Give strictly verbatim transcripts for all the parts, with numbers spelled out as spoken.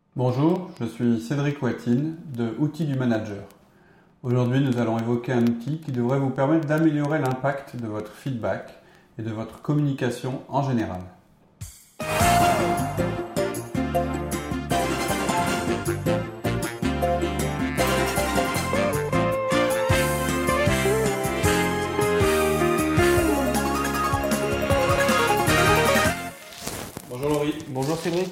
Bonjour, je suis Cédric Watine de Outils du Manager. Aujourd'hui, nous allons évoquer un outil qui devrait vous permettre d'améliorer l'impact de votre feedback et de votre communication en général. Bonjour Laurie. Bonjour Cédric.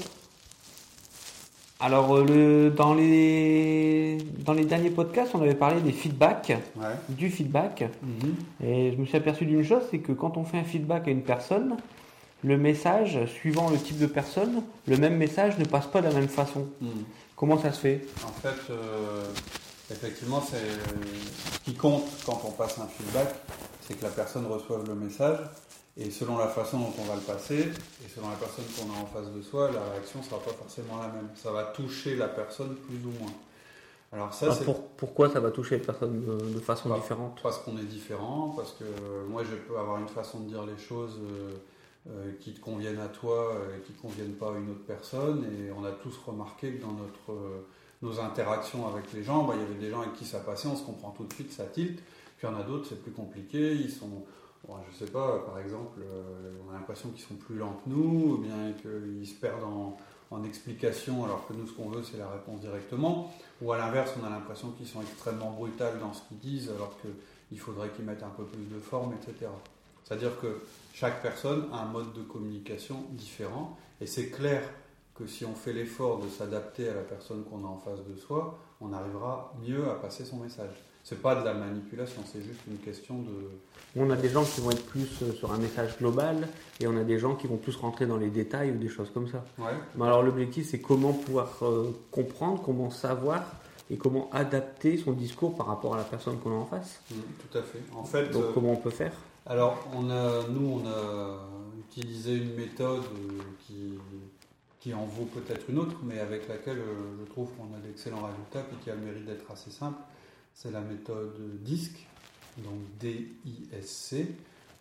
Alors euh, le, dans, les, dans les derniers podcasts, on avait parlé des feedbacks, Ouais. du feedback. Mhm. Et je me suis aperçu d'une chose, c'est que quand on fait un feedback à une personne, le message, suivant le type de personne, le même message ne passe pas de la même façon. Mhm. Comment ça se fait? En fait, euh, effectivement, c'est ce qui compte quand on passe un feedback, c'est que la personne reçoive le message. Et selon la façon dont on va le passer, et selon la personne qu'on a en face de soi, la réaction ne sera pas forcément la même. Ça va toucher la personne plus ou moins. Alors ça, Alors, c'est pour- pourquoi ça va toucher les personnes de, de façon pas- différente? parce qu'on est différent, parce que euh, moi je peux avoir une façon de dire les choses euh, euh, qui te conviennent à toi euh, et qui ne conviennent pas à une autre personne. Et on a tous remarqué que dans notre, euh, nos interactions avec les gens, bah, il y avait des gens avec qui ça passait, on se comprend tout de suite, ça tilte. Puis il y en a d'autres, c'est plus compliqué, ils sont... Bon, je sais pas, par exemple, euh, on a l'impression qu'ils sont plus lents que nous, ou bien qu'ils se perdent en, en explications, alors que nous, ce qu'on veut, c'est la réponse directement. Ou à l'inverse, on a l'impression qu'ils sont extrêmement brutals dans ce qu'ils disent, alors qu'il faudrait qu'ils mettent un peu plus de forme, et cetera. C'est-à-dire que chaque personne a un mode de communication différent, et c'est clair que si on fait l'effort de s'adapter à la personne qu'on a en face de soi, on arrivera mieux à passer son message. C'est pas de la manipulation, c'est juste une question de... On a des gens qui vont être plus euh, sur un message global et on a des gens qui vont plus rentrer dans les détails ou des choses comme ça. Ouais. Mais alors l'objectif, c'est comment pouvoir euh, comprendre, comment savoir et comment adapter son discours par rapport à la personne qu'on a en face. Mmh, tout à fait. En fait, Donc euh, comment on peut faire? alors on a, nous, on a utilisé une méthode euh, qui, qui en vaut peut-être une autre, mais avec laquelle euh, je trouve qu'on a d'excellents résultats et qui a le mérite d'être assez simple. C'est la méthode D I S C, donc D I S C.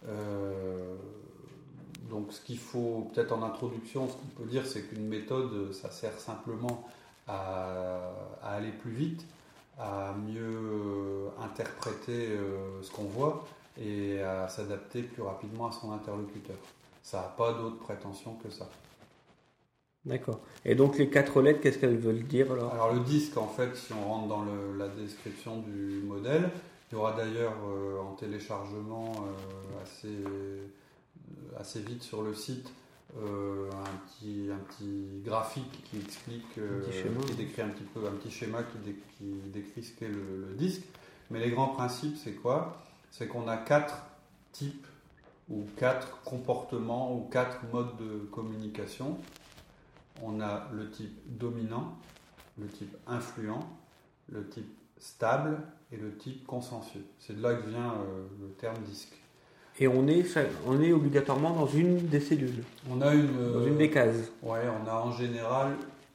Euh, donc ce qu'il faut peut-être en introduction, ce qu'on peut dire, c'est qu'une méthode, ça sert simplement à, à aller plus vite, à mieux euh, interpréter euh, ce qu'on voit et à s'adapter plus rapidement à son interlocuteur. Ça n'a pas d'autre prétention que ça. D'accord. Et donc les quatre lettres, qu'est-ce qu'elles veulent dire alors? Alors le disque, en fait, si on rentre dans le- la description du modèle, il y aura d'ailleurs euh, en téléchargement euh, assez, euh, assez vite sur le site euh, un, petit, un petit graphique qui explique, euh, Un petit schéma. qui décrit un petit peu, un petit schéma qui, dé- qui décrit ce qu'est le, le disque. Mais les grands principes, c'est quoi? C'est qu'on a quatre types ou quatre comportements ou quatre modes de communication. On a le type dominant, le type influent, le type stable et le type consensueux. C'est de là que vient euh, le terme disque. Et on est, on est obligatoirement dans une des cellules, On a une, dans euh, une des cases. ouais, on a en général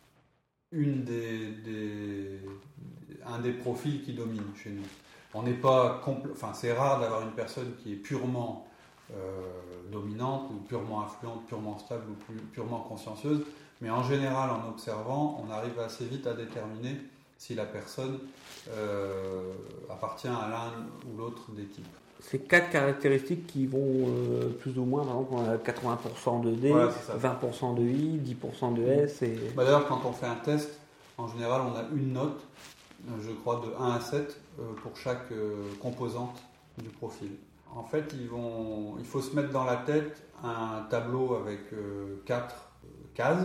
une des, des- un des profils qui domine chez nous. On n'est pas compl- enfin, c'est rare d'avoir une personne qui est purement euh, dominante ou purement influente, purement stable ou plus- purement consciencieuse. Mais en général, en observant, on arrive assez vite à déterminer si la personne euh, appartient à l'un ou l'autre des types. Ces quatre caractéristiques qui vont euh, plus ou moins, par exemple, on a quatre-vingts pour cent de D, Voilà, c'est ça. vingt pour cent de I, dix pour cent de S et... Bah, D'ailleurs, quand on fait un test, en général, on a une note, euh, je crois, de un à sept euh, pour chaque euh, composante du profil. En fait, ils vont, il faut se mettre dans la tête un tableau avec euh, quatre euh, cases.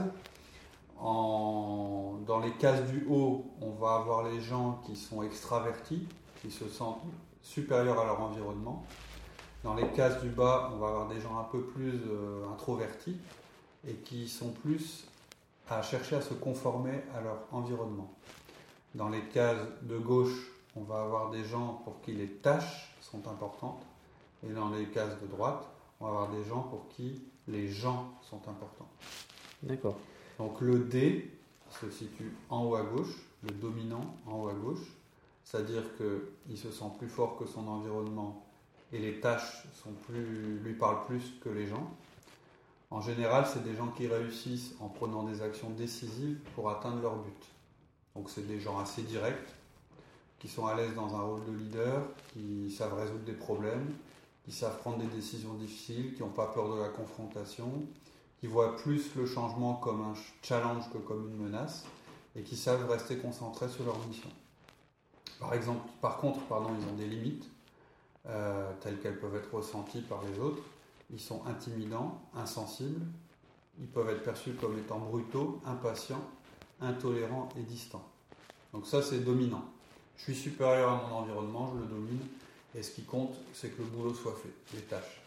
En- dans les cases du haut, on va avoir les gens qui sont extravertis, qui se sentent supérieurs à leur environnement. Dans les cases du bas, on va avoir des gens un peu plus euh, introvertis et qui sont plus à chercher à se conformer à leur environnement. Dans les cases de gauche, on va avoir des gens pour qui les tâches sont importantes. Et dans les cases de droite, on va avoir des gens pour qui les gens sont importants. D'accord. Donc le D se situe en haut à gauche, le dominant en haut à gauche, c'est-à-dire qu'il se sent plus fort que son environnement et les tâches sont plus, lui parlent plus que les gens. En général, c'est des gens qui réussissent en prenant des actions décisives pour atteindre leur but. Donc c'est des gens assez directs, qui sont à l'aise dans un rôle de leader, qui savent résoudre des problèmes, qui savent prendre des décisions difficiles, qui n'ont pas peur de la confrontation, qui voient plus le changement comme un challenge que comme une menace, et qui savent rester concentrés sur leur mission. Par exemple, par contre, pardon, ils ont des limites, euh, telles qu'elles peuvent être ressenties par les autres. Ils sont intimidants, insensibles, ils peuvent être perçus comme étant brutaux, impatients, intolérants et distants. Donc ça, c'est dominant. Je suis supérieur à mon environnement, je le domine, et ce qui compte, c'est que le boulot soit fait, les tâches.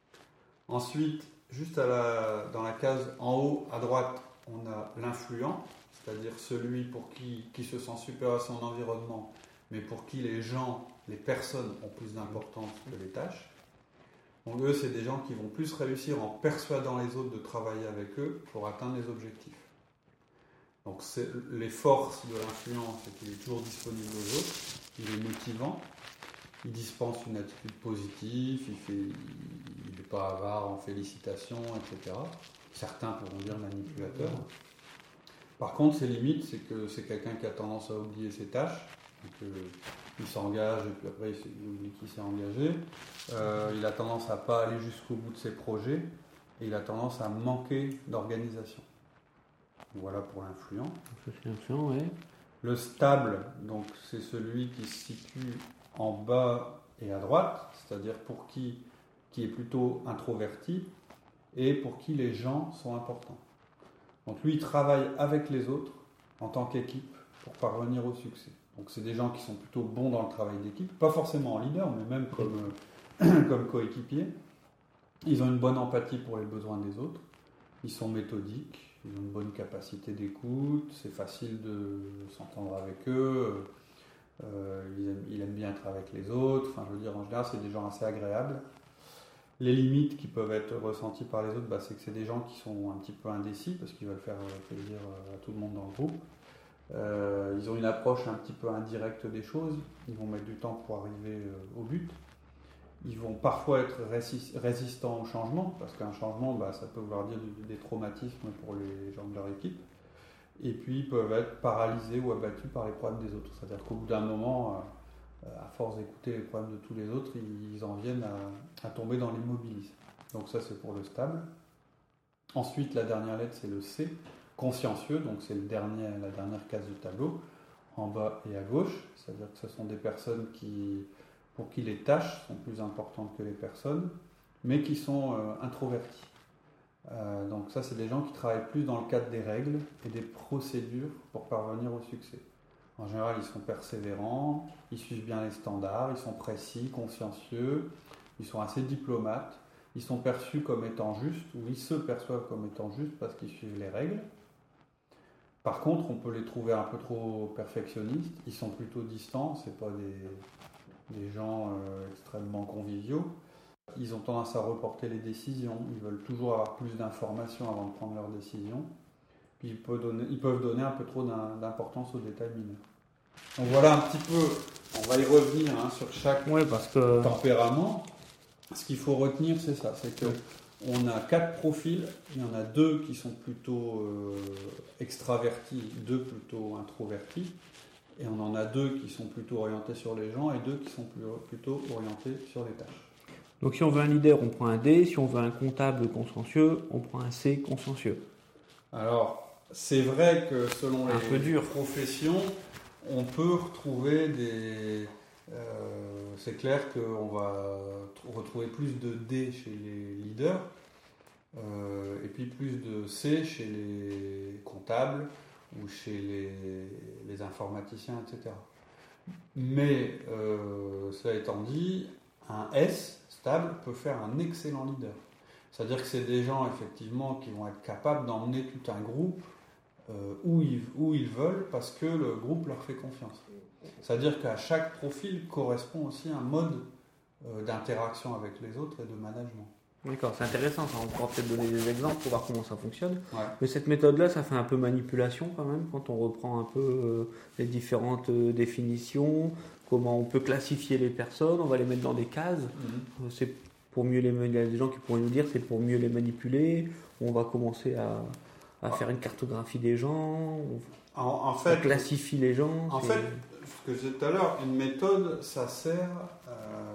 Ensuite, juste à la, dans la case en haut à droite, on a l'influent, c'est-à-dire celui pour qui, qui se sent supérieur à son environnement, mais pour qui les gens, les personnes ont plus d'importance que les tâches. Donc eux, c'est des gens qui vont plus réussir en persuadant les autres de travailler avec eux pour atteindre les objectifs. Donc c'est, les forces de l'influent, c'est qu'il est toujours disponible aux autres, il est motivant, il dispense une attitude positive, il n'est pas avare en félicitations, et cetera. Certains pourront dire manipulateur. Par contre, ses limites, c'est que c'est quelqu'un qui a tendance à oublier ses tâches. Donc, euh, il s'engage et puis après il oublie qu'il s'est engagé. Euh, il a tendance à ne pas aller jusqu'au bout de ses projets et il a tendance à manquer d'organisation. Voilà pour l'influent. C'est l'influent, oui. Le stable, donc c'est celui qui se situe en bas et à droite, c'est-à-dire pour qui, qui est plutôt introverti et pour qui les gens sont importants. Donc lui, il travaille avec les autres en tant qu'équipe pour parvenir au succès. Donc c'est des gens qui sont plutôt bons dans le travail d'équipe, pas forcément en leader, mais même comme, euh, comme coéquipier. Ils ont une bonne empathie pour les besoins des autres, ils sont méthodiques, ils ont une bonne capacité d'écoute, c'est facile de s'entendre avec eux, euh, ils, aiment, ils aiment bien être avec les autres, enfin je veux dire en général c'est des gens assez agréables. Les limites qui peuvent être ressenties par les autres, bah, c'est que c'est des gens qui sont un petit peu indécis parce qu'ils veulent faire plaisir à tout le monde dans le groupe. Euh, ils ont une approche un petit peu indirecte des choses, ils vont mettre du temps pour arriver euh, au but. Ils vont parfois être résist- résistants au changement, parce qu'un changement, bah, ça peut vouloir dire du, des traumatismes pour les gens de leur équipe. Et puis ils peuvent être paralysés ou abattus par les problèmes des autres. C'est-à-dire qu'au bout d'un moment, euh, à force d'écouter les problèmes de tous les autres, ils en viennent à, à tomber dans l'immobilisme. Donc ça c'est pour le stable. Ensuite, la dernière lettre c'est le C. Consciencieux, donc c'est le dernier, la dernière case du tableau, en bas et à gauche, c'est-à-dire que ce sont des personnes qui, pour qui les tâches sont plus importantes que les personnes, mais qui sont euh, introvertis. Euh, donc ça, c'est des gens qui travaillent plus dans le cadre des règles et des procédures pour parvenir au succès. En général, ils sont persévérants, ils suivent bien les standards, ils sont précis, consciencieux, ils sont assez diplomates, ils sont perçus comme étant justes, ou ils se perçoivent comme étant justes parce qu'ils suivent les règles. Par contre, on peut les trouver un peu trop perfectionnistes, ils sont plutôt distants, c'est pas des, des gens euh, extrêmement conviviaux. Ils ont tendance à reporter les décisions, ils veulent toujours avoir plus d'informations avant de prendre leurs décisions. Puis ils peuvent donner, ils peuvent donner un peu trop d'importance aux détails mineurs. Donc voilà un petit peu, on va y revenir hein, sur chaque ouais, parce que... tempérament. Ce qu'il faut retenir, c'est ça, c'est que on a quatre profils, il y en a deux qui sont plutôt euh, extravertis, deux plutôt introvertis, et on en a deux qui sont plutôt orientés sur les gens et deux qui sont plus, plutôt orientés sur les tâches. Donc si on veut un leader, on prend un D, si on veut un comptable consciencieux, on prend un C consciencieux. Alors, c'est vrai que selon un les peu dur. professions, on peut retrouver des... Euh, c'est clair qu'on va retrouver plus de D chez les leaders euh, et puis plus de C chez les comptables ou chez les, les informaticiens, et cetera. Mais euh, cela étant dit, un S stable peut faire un excellent leader. C'est-à-dire que c'est des gens effectivement qui vont être capables d'emmener tout un groupe euh, où, ils, où ils veulent parce que le groupe leur fait confiance. C'est-à-dire qu'à chaque profil correspond aussi un mode euh, d'interaction avec les autres et de management. D'accord, c'est intéressant, ça. On pourra peut-être donner des exemples pour voir comment ça fonctionne. Ouais. Mais cette méthode-là, ça fait un peu manipulation quand même, quand on reprend un peu euh, les différentes euh, définitions, comment on peut classifier les personnes, on va les mettre dans des cases. Mmh. Euh, c'est pour mieux les manipuler. Il y a des gens qui pourraient nous dire c'est pour mieux les manipuler. On va commencer à, à ah. faire une cartographie des gens. En, en fait, on classifie les gens. En c'est... fait, ce que je disais tout à l'heure, une méthode, ça sert. Euh...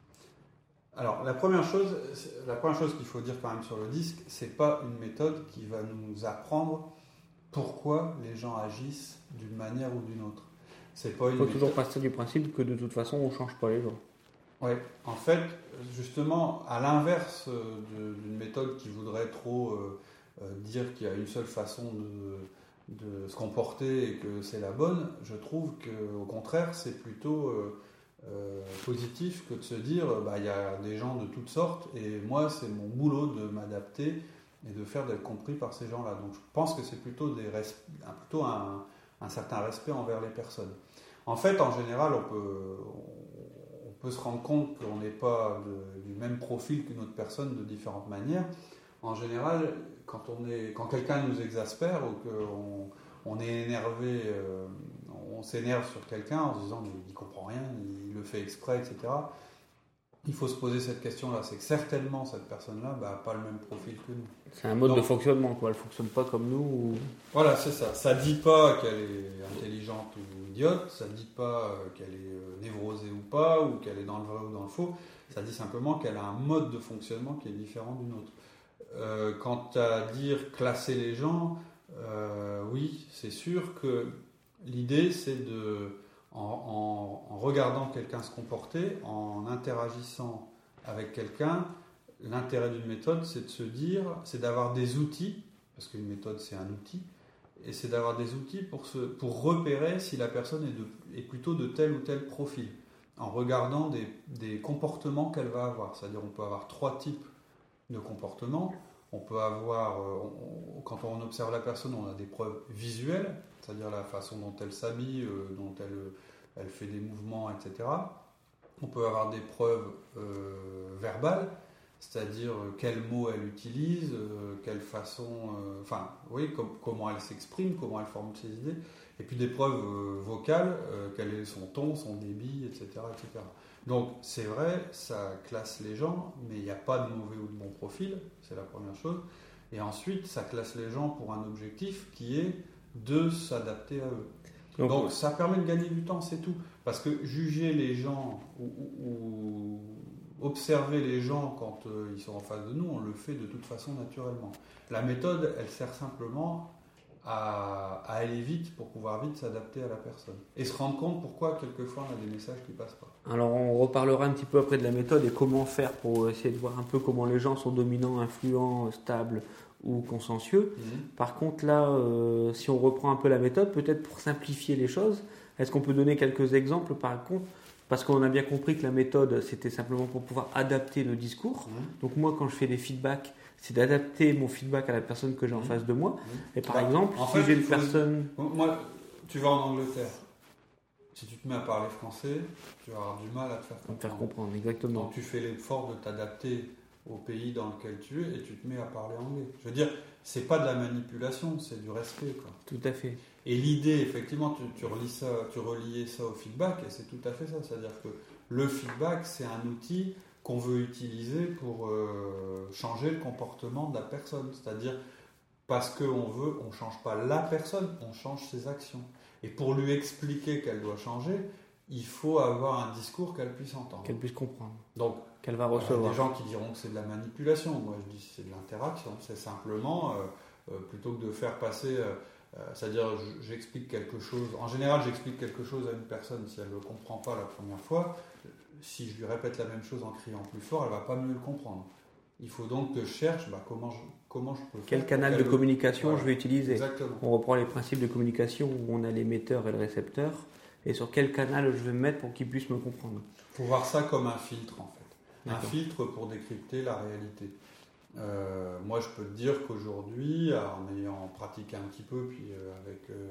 Alors, la première chose, la première chose qu'il faut dire quand même sur le disque, c'est pas une méthode qui va nous apprendre pourquoi les gens agissent d'une manière ou d'une autre. C'est pas une. Il faut méthode... toujours partir du principe que de toute façon, on change pas les gens. Oui, en fait, justement, à l'inverse de, d'une méthode qui voudrait trop euh, euh, dire qu'il y a une seule façon de, de se comporter et que c'est la bonne, je trouve qu'au contraire, c'est plutôt euh, euh, positif que de se dire bah, il y a des gens de toutes sortes et moi, c'est mon boulot de m'adapter et de faire d'être compris par ces gens-là. Donc, je pense que c'est plutôt, des res- plutôt un, un certain respect envers les personnes. En fait, en général, on peut... On, On peut se rendre compte qu'on n'est pas de, du même profil qu'une autre personne de différentes manières. En général, quand, on est, quand quelqu'un nous exaspère ou qu'on on est énervé, euh, on s'énerve sur quelqu'un en se disant mais il ne comprend rien, il le fait exprès, et cetera. Il faut se poser cette question-là. C'est que certainement cette personne-là n'a bah, pas le même profil que nous. C'est un mode Donc, de fonctionnement, quoi. Elle ne fonctionne pas comme nous. Ou... Voilà, c'est ça. Ça ne dit pas qu'elle est intelligente ou idiote, ça ne dit pas qu'elle est névrosée ou pas, ou qu'elle est dans le vrai ou dans le faux. Ça dit simplement qu'elle a un mode de fonctionnement qui est différent d'une autre. Euh, quant à dire classer les gens, euh, oui, c'est sûr que l'idée, c'est de... En, en, en regardant quelqu'un se comporter, en interagissant avec quelqu'un, l'intérêt d'une méthode, c'est de se dire, c'est d'avoir des outils, parce qu'une méthode c'est un outil, et c'est d'avoir des outils pour, se, pour repérer si la personne est, de, est plutôt de tel ou tel profil, en regardant des, des comportements qu'elle va avoir. C'est-à-dire on peut avoir trois types de comportements. On peut avoir, on, quand on observe la personne, on a des preuves visuelles, c'est-à-dire la façon dont elle s'habille, euh, dont elle, elle fait des mouvements, et cetera. On peut avoir des preuves euh, verbales, c'est-à-dire euh, quels mots elle utilise, euh, quelle façon, euh, enfin, oui, com- comment elle s'exprime, comment elle forme ses idées, et puis des preuves euh, vocales, euh, quel est son ton, son débit, et cetera, et cetera. Donc, c'est vrai, ça classe les gens, mais il n'y a pas de mauvais ou de bon profil, c'est la première chose. Et ensuite, ça classe les gens pour un objectif qui est de s'adapter à eux. Donc, Donc ça permet de gagner du temps, c'est tout. Parce que juger les gens ou, ou, ou observer les gens quand euh, ils sont en face de nous, on le fait de toute façon naturellement. La méthode, elle sert simplement à, à aller vite pour pouvoir vite s'adapter à la personne. Et se rendre compte pourquoi quelquefois on a des messages qui ne passent pas. Alors on reparlera un petit peu après de la méthode et comment faire pour essayer de voir un peu comment les gens sont dominants, influents, stables ou consciencieux. Mmh. Par contre là, euh, si on reprend un peu la méthode, peut-être pour simplifier les choses, est-ce qu'on peut donner quelques exemples par contre ? Parce qu'on a bien compris que la méthode, c'était simplement pour pouvoir adapter le discours. Mmh. Donc moi, quand je fais des feedbacks, c'est d'adapter mon feedback à la personne que j'ai en mmh. face de moi. Mmh. Et par bah, exemple, si fait, j'ai une personne... Moi, tu vas en Angleterre. Si tu te mets à parler français, tu vas avoir du mal à te faire comprendre. faire comprendre, exactement. Donc tu fais l'effort de t'adapter au pays dans lequel tu es et tu te mets à parler anglais. Je veux dire, c'est pas de la manipulation, c'est du respect, quoi. Tout à fait. Et l'idée, effectivement, tu, tu relis ça, tu reliais ça au feedback, et c'est tout à fait ça. C'est-à-dire que le feedback, c'est un outil qu'on veut utiliser pour euh, changer le comportement de la personne. C'est-à-dire, parce qu'on veut, on ne change pas la personne, on change ses actions. Et pour lui expliquer qu'elle doit changer, il faut avoir un discours qu'elle puisse entendre. Qu'elle puisse comprendre. Donc, qu'elle va recevoir. Il y a des gens qui diront que c'est de la manipulation. Moi, je dis que c'est de l'interaction. C'est simplement, euh, euh, plutôt que de faire passer... Euh, Euh, c'est-à-dire, j'explique quelque chose. En général, j'explique quelque chose à une personne. Si elle ne le comprend pas la première fois, si je lui répète la même chose en criant plus fort, elle ne va pas mieux le comprendre. Il faut donc que je cherche bah, comment, je, comment je peux faire. Quel canal de communication voilà. je vais utiliser. Exactement. On reprend les principes de communication où on a l'émetteur et le récepteur. Et sur quel canal je vais me mettre pour qu'il puisse me comprendre. Il faut voir ça comme un filtre, en fait. D'accord. Un filtre pour décrypter la réalité. Euh, moi, je peux te dire qu'aujourd'hui, en ayant pratiqué un petit peu, puis euh, avec, euh,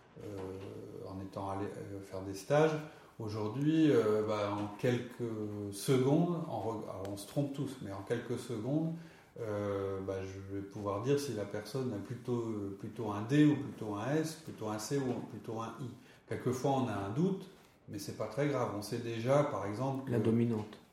euh, en étant allé euh, faire des stages, aujourd'hui, euh, bah, en quelques secondes, en, alors on se trompe tous, mais en quelques secondes, euh, bah, je vais pouvoir dire si la personne a plutôt, plutôt un D ou plutôt un S, plutôt un C ou plutôt un I. Quelquefois, on a un doute, mais c'est pas très grave. On sait déjà, par exemple, la que, dominante.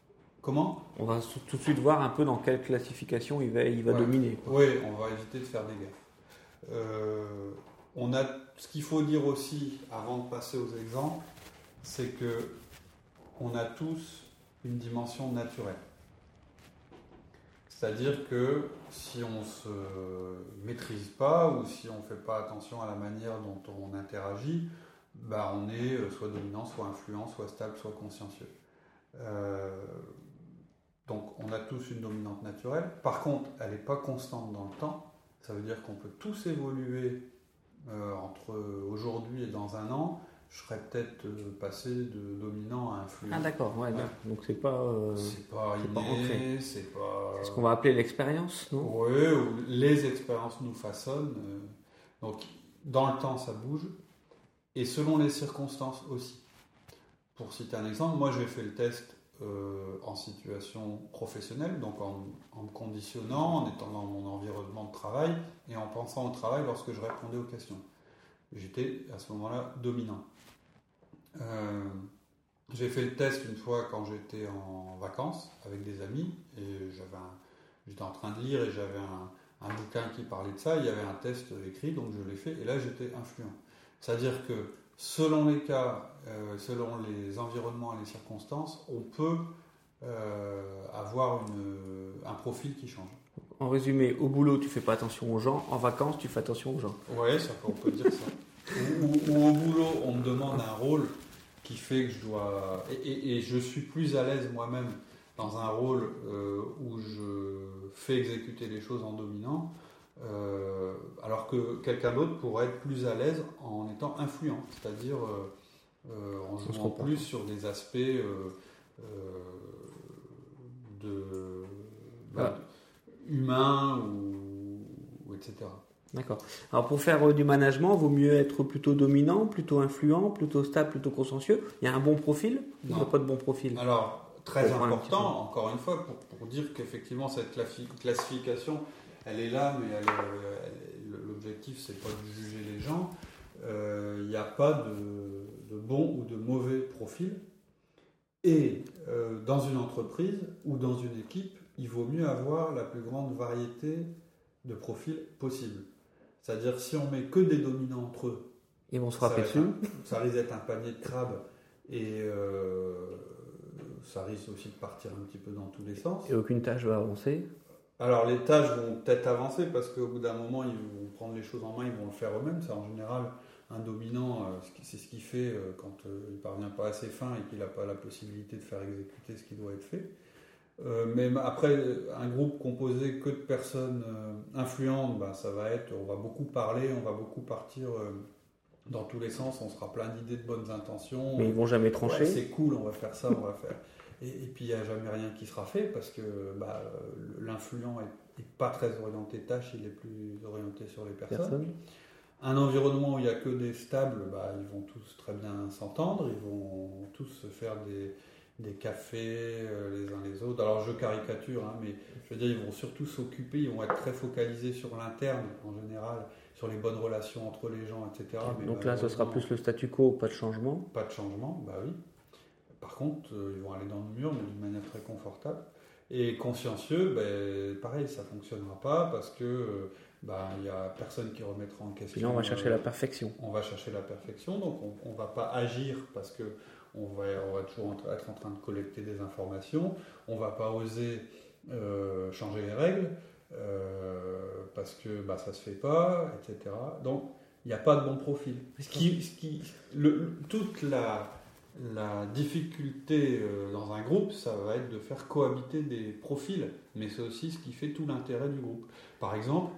Comment ? On va tout de suite voir un peu dans quelle classification il va, il va ouais. dominer. Quoi. Oui, on va éviter de faire des gaffes. Euh, on a, ce qu'il faut dire aussi, avant de passer aux exemples, c'est que on a tous une dimension naturelle. C'est-à-dire que si on ne se maîtrise pas ou si on ne fait pas attention à la manière dont on interagit, bah on est soit dominant, soit influent, soit stable, soit consciencieux. Euh, donc on a tous une dominante naturelle. Par contre, elle n'est pas constante dans le temps. Ça veut dire qu'on peut tous évoluer euh, entre aujourd'hui et dans un an. Je serais peut-être euh, passé de dominant à influent. Ah d'accord, ouais, ouais. Donc c'est pas... Euh, c'est pas c'est inné, c'est pas... C'est ce qu'on va appeler l'expérience, non ? Oui, les expériences nous façonnent. Euh, donc dans le temps, ça bouge. Et selon les circonstances aussi. Pour citer un exemple, moi j'ai fait le test euh, en situation professionnelle, donc en, en me conditionnant, en étant dans mon environnement de travail et en pensant au travail lorsque je répondais aux questions. J'étais à ce moment-là dominant. Euh, j'ai fait le test une fois quand j'étais en vacances avec des amis et j'avais un, j'étais en train de lire et j'avais un, un bouquin qui parlait de ça, il y avait un test écrit, donc je l'ai fait et là j'étais influent. C'est-à-dire que selon les cas, euh, selon les environnements et les circonstances, on peut euh, avoir une, un profil qui change. En résumé, au boulot, tu fais pas attention aux gens. En vacances, tu fais attention aux gens. Oui, on peut dire ça. Ou, ou, ou au boulot, on me demande un rôle qui fait que je dois... Et, et, et je suis plus à l'aise moi-même dans un rôle euh, où je fais exécuter les choses en dominant, euh, alors que quelqu'un d'autre pourrait être plus à l'aise en étant influent, c'est-à-dire euh, euh, en jouant plus sur des aspects euh, euh, de, bah, ah. humains ou, ou et cetera. D'accord. Alors pour faire du management, il vaut mieux être plutôt dominant, plutôt influent, plutôt stable, plutôt consciencieux. Il y a un bon profil ? Il n'y a pas de bon profil. Alors, très pour important, encore une fois, pour, pour dire qu'effectivement cette classification, elle est là, mais elle, elle, l'objectif, c'est pas de juger les gens. Euh, il n'y a pas de, de bon ou de mauvais profil. Et euh, dans une entreprise ou dans une équipe, il vaut mieux avoir la plus grande variété de profils possible. C'est-à-dire, si on met que des dominants entre eux, ils vont se frapper dessus. Un, ça risque d'être un panier de crabes et euh, ça risque aussi de partir un petit peu dans tous les sens. Et aucune tâche va avancer. Alors, les tâches vont peut-être avancer parce qu'au bout d'un moment, ils vont prendre les choses en main, ils vont le faire eux-mêmes. C'est en général un dominant, c'est ce qu'il fait quand il ne parvient pas assez fin et qu'il n'a pas la possibilité de faire exécuter ce qui doit être fait. Euh, mais après, un groupe composé que de personnes euh, influentes, ben, ça va être, on va beaucoup parler, on va beaucoup partir euh, dans tous les sens, on sera plein d'idées, de bonnes intentions. Mais ils vont jamais trancher. Ouais, c'est cool, on va faire ça, on va faire. Et, et puis il n'y a jamais rien qui sera fait parce que bah, l'influent est, est pas très orienté tâche, il est plus orienté sur les personnes. Personne. Un environnement où il n'y a que des stables, bah, ils vont tous très bien s'entendre, ils vont tous se faire des des cafés euh, les uns les autres. Alors je caricature, hein, mais je veux dire, ils vont surtout s'occuper, ils vont être très focalisés sur l'interne en général, sur les bonnes relations entre les gens, et cetera. Mais donc là, ce sera plus le statu quo, pas de changement. Pas de changement, bah oui. Par contre, euh, ils vont aller dans le mur, mais d'une manière très confortable. Et consciencieux, ben, pareil, ça ne fonctionnera pas parce que euh, bah, y a personne qui remettra en question. Puis là, on va chercher euh, la perfection. On va chercher la perfection, donc on ne va pas agir parce que On va, on va toujours être en train de collecter des informations. On ne va pas oser euh, changer les règles euh, parce que bah, ça ne se fait pas, et cetera. Donc, il n'y a pas de bon profil. Ce qui, ce qui, le, toute la, la difficulté euh, dans un groupe, ça va être de faire cohabiter des profils. Mais c'est aussi ce qui fait tout l'intérêt du groupe. Par exemple,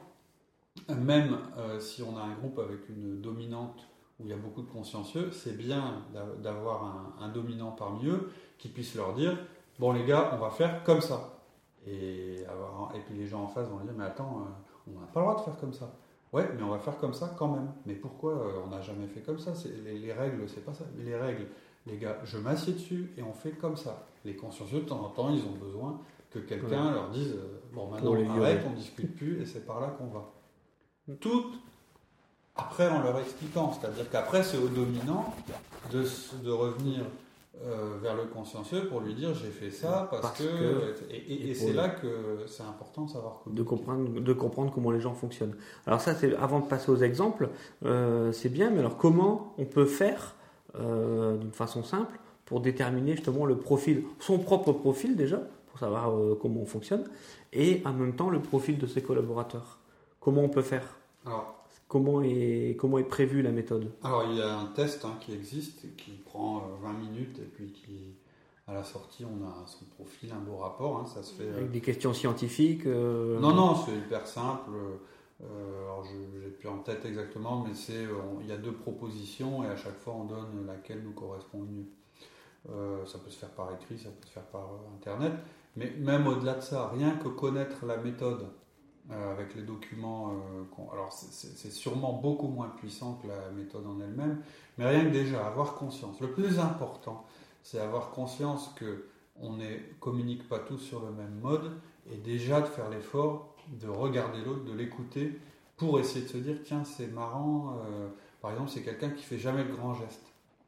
même euh, si on a un groupe avec une dominante où il y a beaucoup de consciencieux, c'est bien d'avoir un, un dominant parmi eux qui puisse leur dire « Bon les gars, on va faire comme ça ». Et, avoir, et puis les gens en face vont dire « Mais attends, euh, on n'a pas le droit de faire comme ça ». « Ouais, mais on va faire comme ça quand même ». « Mais pourquoi euh, on n'a jamais fait comme ça ? les, les règles, c'est pas ça. Les règles, les gars, je m'assieds dessus et on fait comme ça. » Les consciencieux, de temps en temps, ils ont besoin que quelqu'un ouais. leur dise euh, « Bon, maintenant on arrête, on ne discute plus et c'est par là qu'on va. » Tout après en leur expliquant, c'est-à-dire qu'après c'est aux dominants de, de revenir euh, vers le consciencieux pour lui dire j'ai fait ça parce, parce que, que... Et, et, et c'est là que c'est important de savoir de comprendre, de comprendre comment les gens fonctionnent. Alors ça, c'est avant de passer aux exemples, euh, c'est bien, mais alors comment on peut faire euh, d'une façon simple pour déterminer justement le profil, son propre profil déjà, pour savoir euh, comment on fonctionne, et en même temps le profil de ses collaborateurs. Comment on peut faire ? Alors, Comment est, comment est prévue la méthode ? Alors, il y a un test hein, qui existe, qui prend euh, vingt minutes, et puis qui, à la sortie, on a son profil, un beau rapport. Hein, ça se fait, euh... Avec des questions scientifiques euh... Non, non, c'est hyper simple. Euh, alors, je n'ai plus en tête exactement, mais c'est, on, il y a deux propositions, et à chaque fois, on donne laquelle nous correspond le mieux. Euh, ça peut se faire par écrit, ça peut se faire par euh, Internet, mais même au-delà de ça, rien que connaître la méthode, Euh, avec les documents, euh, alors c'est, c'est, c'est sûrement beaucoup moins puissant que la méthode en elle-même, mais rien que déjà avoir conscience. Le plus important, c'est avoir conscience qu'on ne communique pas tous sur le même mode, et déjà de faire l'effort de regarder l'autre, de l'écouter, pour essayer de se dire tiens c'est marrant, euh, par exemple c'est quelqu'un qui fait jamais le grand geste.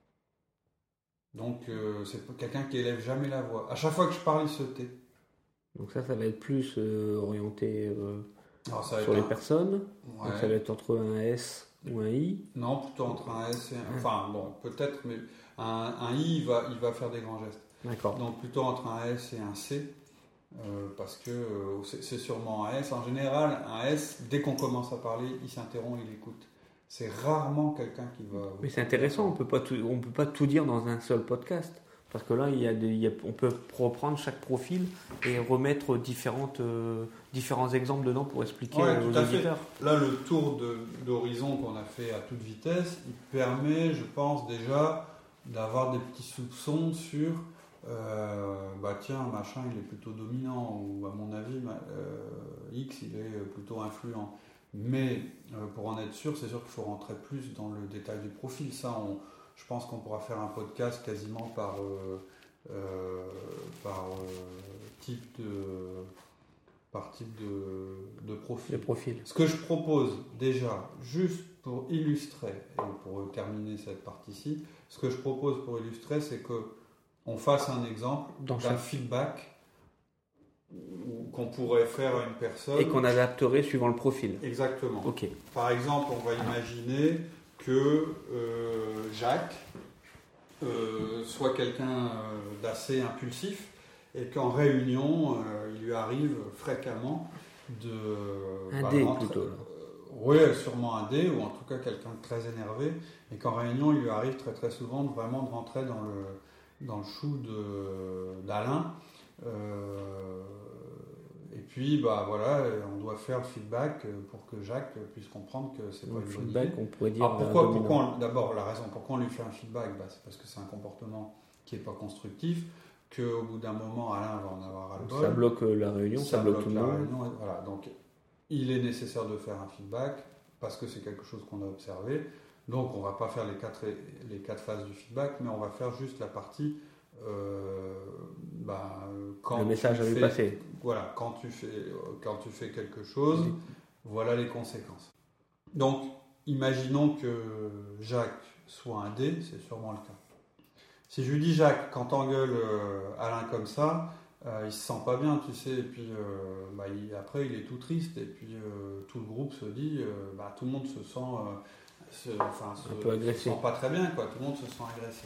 Donc euh, c'est quelqu'un qui élève jamais la voix. À chaque fois que je parle, il se tait. Donc ça, ça va être plus euh, orienté euh, sur les un... personnes. Ouais. Donc ça va être entre un S ou un I. Non, plutôt entre un S et un... Enfin, bon, peut-être, mais un, un I, il va, il va faire des grands gestes. D'accord. Donc plutôt entre un S et un C, euh, parce que euh, c'est, c'est sûrement un S. En général, un S, dès qu'on commence à parler, il s'interrompt, il écoute. C'est rarement quelqu'un qui va... Mais c'est intéressant, on peut pas tout, on peut pas tout dire dans un seul podcast. Parce que là, il y a des, il y a, on peut reprendre chaque profil et remettre différentes, euh, différents exemples dedans pour expliquer ouais, aux tout à auditeurs. Fait. Là, le tour de, d'horizon qu'on a fait à toute vitesse, il permet, je pense déjà, d'avoir des petits soupçons sur euh, bah tiens, machin, il est plutôt dominant, ou à mon avis, euh, X, il est plutôt influent. Mais euh, pour en être sûr, c'est sûr qu'il faut rentrer plus dans le détail du profil. Ça, on... Je pense qu'on pourra faire un podcast quasiment par, euh, euh, par euh, type de, par type de, de profil. Le profil. Ce que je propose déjà, juste pour illustrer, et pour terminer cette partie-ci, ce que je propose pour illustrer, c'est qu'on fasse un exemple Dans d'un chaque... feedback qu'on pourrait faire à une personne. Et qu'on adapterait suivant le profil. Exactement. Okay. Par exemple, on va imaginer que euh, Jacques euh, soit quelqu'un euh, d'assez impulsif et qu'en réunion, euh, il lui arrive fréquemment de... Un bah, D rentrer, plutôt. Euh, oui, sûrement un D, ou en tout cas quelqu'un de très énervé, et qu'en réunion, il lui arrive très très souvent de, vraiment de rentrer dans le, dans le chou de, d'Alain. Euh, Et puis, bah voilà, on doit faire le feedback pour que Jacques puisse comprendre que c'est pas le une feedback, bonne idée. on pourrait dire. Alors pourquoi, pourquoi on, d'abord, la raison pourquoi on lui fait un feedback, bah, c'est parce que c'est un comportement qui n'est pas constructif, qu'au bout d'un moment, Alain va en avoir ras-le-bol. Ça bloque la réunion, ça, ça bloque, bloque tout le monde. Réunion, voilà, donc il est nécessaire de faire un feedback parce que c'est quelque chose qu'on a observé. Donc on ne va pas faire les quatre, les quatre phases du feedback, mais on va faire juste la partie. Euh, bah, quand le message avait passé. Voilà, quand tu fais, quand tu fais quelque chose, oui. Voilà les conséquences. Donc, imaginons que Jacques soit un D, c'est sûrement le cas. Si je lui dis Jacques, quand t'engueules euh, Alain comme ça, euh, il se sent pas bien, tu sais, et puis euh, bah, il, après il est tout triste, et puis euh, tout le groupe se dit, euh, bah, tout le monde se sent, euh, se, enfin, se, un peu agressé. se sent pas très bien, quoi. Tout le monde se sent agressé.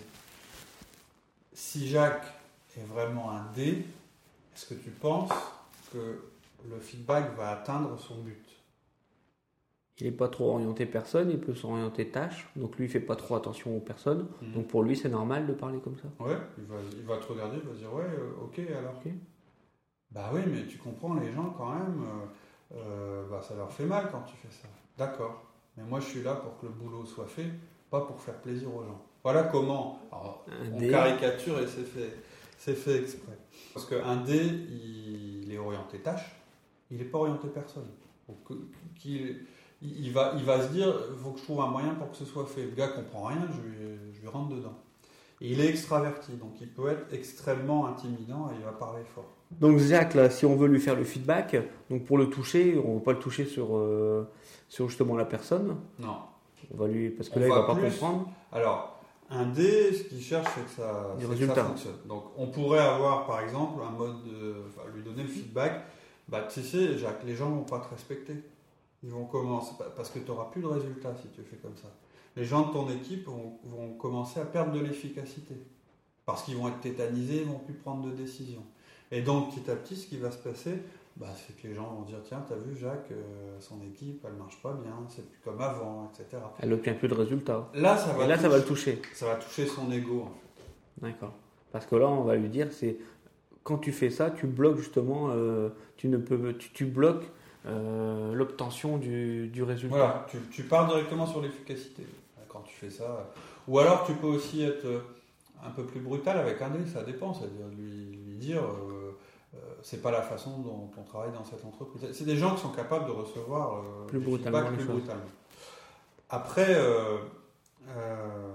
Si Jacques est vraiment un D, est-ce que tu penses que le feedback va atteindre son but ? Il n'est pas trop orienté personne, il peut s'orienter tâche, donc lui il ne fait pas trop attention aux personnes, mmh. donc pour lui c'est normal de parler comme ça. Ouais, il va, il va te regarder, il va dire ouais, euh, ok alors. Okay. Bah oui, mais tu comprends, les gens quand même, euh, euh, bah, ça leur fait mal quand tu fais ça. D'accord, mais moi je suis là pour que le boulot soit fait, pas pour faire plaisir aux gens. Voilà comment. Alors, on D. caricature et c'est fait, c'est fait exprès. Parce qu'un D, il, il est orienté tâche, il n'est pas orienté personne. Donc, qu'il, il, va, il va se dire, il faut que je trouve un moyen pour que ce soit fait. Le gars ne comprend rien, je lui, je lui rentre dedans. Et il est extraverti, donc il peut être extrêmement intimidant et il va parler fort. Donc Jacques, là, si on veut lui faire le feedback, donc pour le toucher, on ne va pas le toucher sur, euh, sur justement la personne. Non. On va lui, parce que on là, il ne va, va pas plus, comprendre. Alors, Un D, ce qu'il cherche, c'est que ça, c'est que ça fonctionne. Donc, on pourrait avoir, par exemple, un mode de, enfin, lui donner le feedback. Bah, tu sais, Jacques, les gens ne vont pas te respecter. Ils vont commencer, parce que tu n'auras plus de résultats si tu fais comme ça. Les gens de ton équipe vont, vont commencer à perdre de l'efficacité. Parce qu'ils vont être tétanisés, ils ne vont plus prendre de décision. Et donc, petit à petit, ce qui va se passer, bah, c'est que les gens vont dire, tiens, t'as vu Jacques, euh, son équipe, elle ne marche pas bien, c'est plus comme avant, et cetera. Elle n'obtient plus de résultats. Là, ça va, Et là toucher, ça va le toucher. Ça va toucher son ego, en fait. D'accord. Parce que là, on va lui dire, c'est quand tu fais ça, tu bloques justement, euh, tu ne peux, tu, tu bloques euh, l'obtention du, du résultat. Voilà, tu, tu pars directement sur l'efficacité quand tu fais ça. Ou alors, tu peux aussi être un peu plus brutal avec un dé, ça dépend, c'est-à-dire lui, lui dire... Euh, Euh, c'est pas la façon dont on travaille dans cette entreprise. C'est des gens qui sont capables de recevoir euh, plus du brutalement feedback plus choses. brutalement. Après, euh, euh,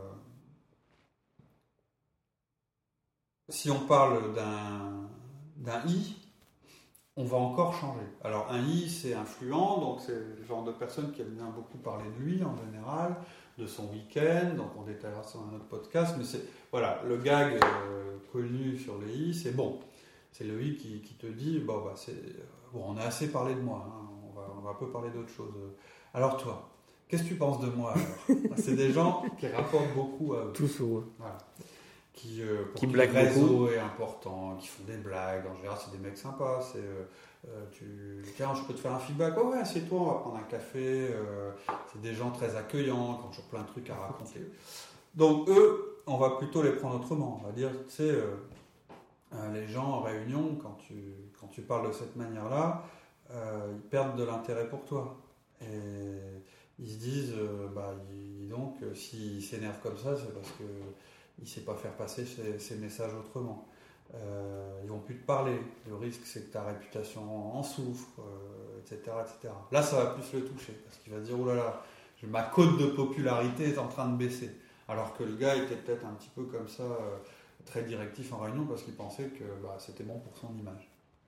si on parle d'un, d'un I, on va encore changer. Alors un I, c'est influent, donc c'est le genre de personne qui aime bien beaucoup parler de lui en général, de son week-end, donc on détaillera ça dans un autre podcast, mais c'est, voilà, le gag euh, connu sur les I, c'est bon. C'est le I qui, qui te dit, bon, bah, c'est, bon, on a assez parlé de moi, hein, on, va, on va un peu parler d'autre chose. Alors toi, qu'est-ce que tu penses de moi alors? C'est des gens qui rapportent beaucoup à eux. Tout sur eux. Voilà. Qui, euh, pour qui qui blaguent le réseau beaucoup. est important, qui font des blagues. En général, c'est des mecs sympas. C'est, euh, euh, tu, tiens, je peux te faire un feedback. Oh ouais, c'est toi, on va prendre un café. Euh, c'est des gens très accueillants, qui ont toujours plein de trucs à raconter. Donc eux, on va plutôt les prendre autrement. On va dire, tu sais... Euh, Euh, les gens en réunion, quand tu, quand tu parles de cette manière-là, euh, ils perdent de l'intérêt pour toi. Et ils se disent, euh, bah, il, donc, euh, s'il s'énerve comme ça, c'est parce qu'il ne sait pas faire passer ses, ses messages autrement. Euh, ils vont plus te parler. Le risque, c'est que ta réputation en souffre, euh, et cetera, et cetera. Là, ça va plus le toucher, parce qu'il va dire, oh là là, ma cote de popularité est en train de baisser. Alors que le gars était peut-être un petit peu comme ça... Euh, très directif en réunion parce qu'il pensait que bah, c'était bon pour son image.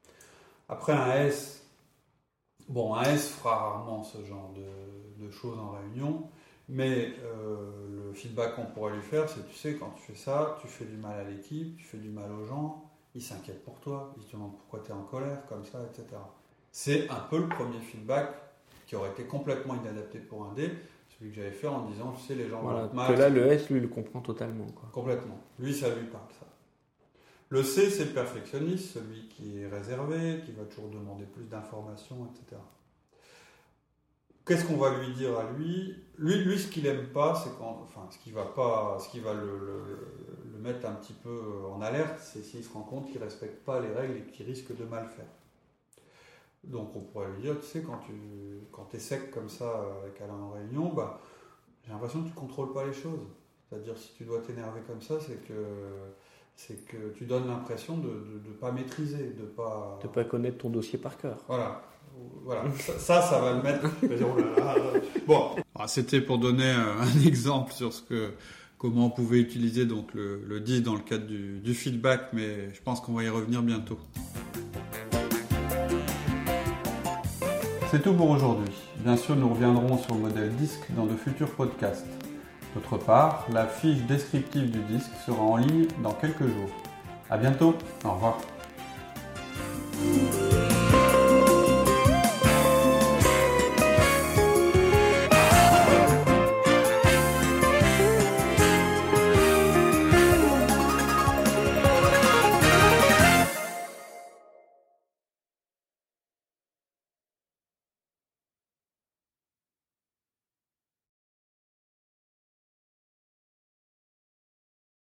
Après un S, bon un S fera rarement ce genre de, de choses en réunion, mais euh, le feedback qu'on pourrait lui faire, c'est tu sais quand tu fais ça, tu fais du mal à l'équipe, tu fais du mal aux gens, ils s'inquiètent pour toi, ils te demandent pourquoi tu es en colère, comme ça, et cetera. C'est un peu le premier feedback qui aurait été complètement inadapté pour un D, celui que j'avais fait en disant, tu sais, les gens voilà, vont mal. Que là, le S, lui, il le comprend totalement. Quoi. Complètement. Lui, ça lui parle, ça. Le C, c'est le perfectionniste, celui qui est réservé, qui va toujours demander plus d'informations, et cetera. Qu'est-ce qu'on va lui dire à lui? Lui, lui, ce qu'il aime pas, c'est quand, enfin, ce qui va pas, ce qui va le, le, le mettre un petit peu en alerte, c'est s'il se rend compte qu'il respecte pas les règles et qu'il risque de mal faire. Donc on pourrait lui dire, tu sais, quand tu quand es sec comme ça avec Alain en réunion, bah, j'ai l'impression que tu ne contrôles pas les choses. C'est-à-dire si tu dois t'énerver comme ça, c'est que, c'est que tu donnes l'impression de ne pas maîtriser, de pas... De pas connaître ton dossier par cœur. Voilà, voilà. ça, ça, ça va le mettre... Oh là là. Bon, alors, c'était pour donner un exemple sur ce que, comment on pouvait utiliser donc, le, le D I S dans le cadre du, du feedback, mais je pense qu'on va y revenir bientôt. C'est tout pour aujourd'hui. Bien sûr, nous reviendrons sur le modèle disque dans de futurs podcasts. D'autre part, la fiche descriptive du disque sera en ligne dans quelques jours. À bientôt, au revoir.